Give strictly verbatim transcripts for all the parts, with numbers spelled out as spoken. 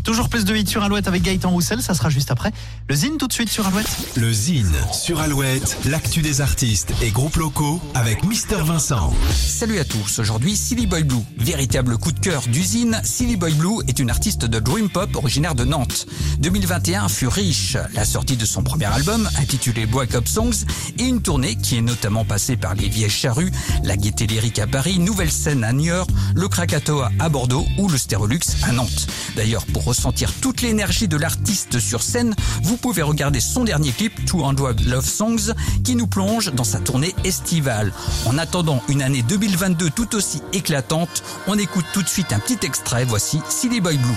heures. Toujours plus de hits sur Alouette avec Gaëtan Roussel, ça sera juste après. Le Zine tout de suite sur Alouette. Le Zine sur Alouette, l'actu des artistes et groupes locaux avec Mister Vincent. Salut à tous, aujourd'hui Silly Boy Blue. Véritable coup de cœur d'usine, Silly Boy Blue est une artiste de dream pop originaire de Nantes. deux mille vingt et un fut riche, la sortie de son premier album intitulé Break Up Songs et une tournée qui est notamment passée par les Vieilles Charrues, la Gaîté Lyrique à Paris, Nouvelle Scène à Niort, le Krakatoa à Bordeaux ou le Stérolux à Nantes. D'ailleurs, pour ressentir toute l'énergie de l'artiste sur scène, vous pouvez regarder son dernier clip, deux cents Love Songs, qui nous plonge dans sa tournée estivale. En attendant une année deux mille vingt-deux tout aussi éclatante, on écoute tout de suite un petit extrait, voici Silly Boy Blue.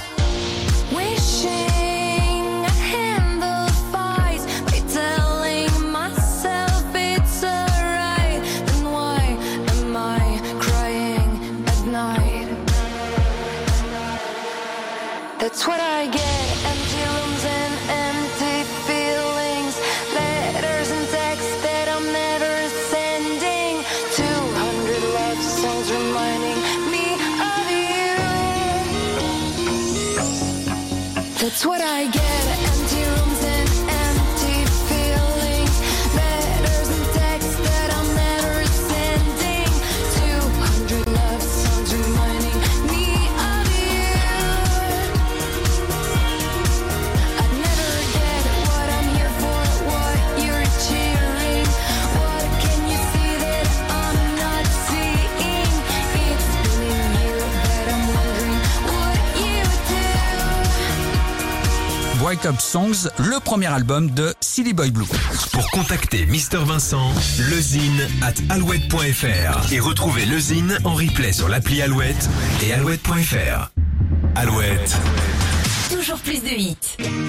That's what I get, empty rooms and empty feelings, letters and texts that I'm never sending, two hundred love songs reminding me of you. That's what I get, empty rooms and empty feelings, letters and texts that I'm never sending, two hundred love songs reminding me of you. Break Up Songs, le premier album de Silly Boy Blue. Pour contacter Mister Vincent, lezine at alouette point fr et retrouver le Zine en replay sur l'appli Alouette et alouette point fr. Alouette. Toujours plus de hits.